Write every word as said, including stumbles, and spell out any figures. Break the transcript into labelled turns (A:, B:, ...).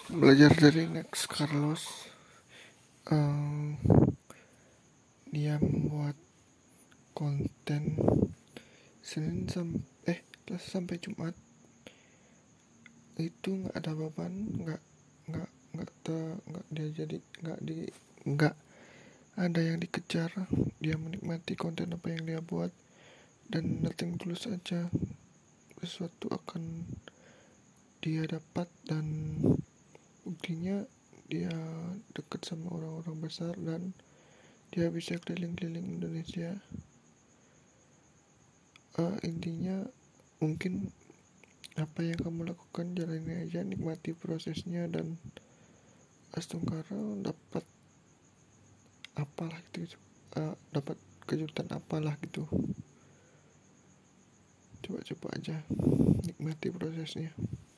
A: Belajar dari Next Carlos. eh, Dia membuat konten Senin sampai eh Selasa sampai Jumat. Itu nggak ada beban, nggak nggak nggak nggak dia jadi nggak di nggak ada yang dikejar. Dia menikmati konten apa yang dia buat dan nothing tulus aja. Sesuatu akan dia dapat, dan buktinya dia dekat sama orang-orang besar dan dia bisa keliling-keliling Indonesia. Uh, intinya mungkin apa yang kamu lakukan jalani aja, nikmati prosesnya, dan Astungkara dapat apalah gitu, uh, dapat kejutan apalah gitu. Coba-coba aja, nikmati prosesnya.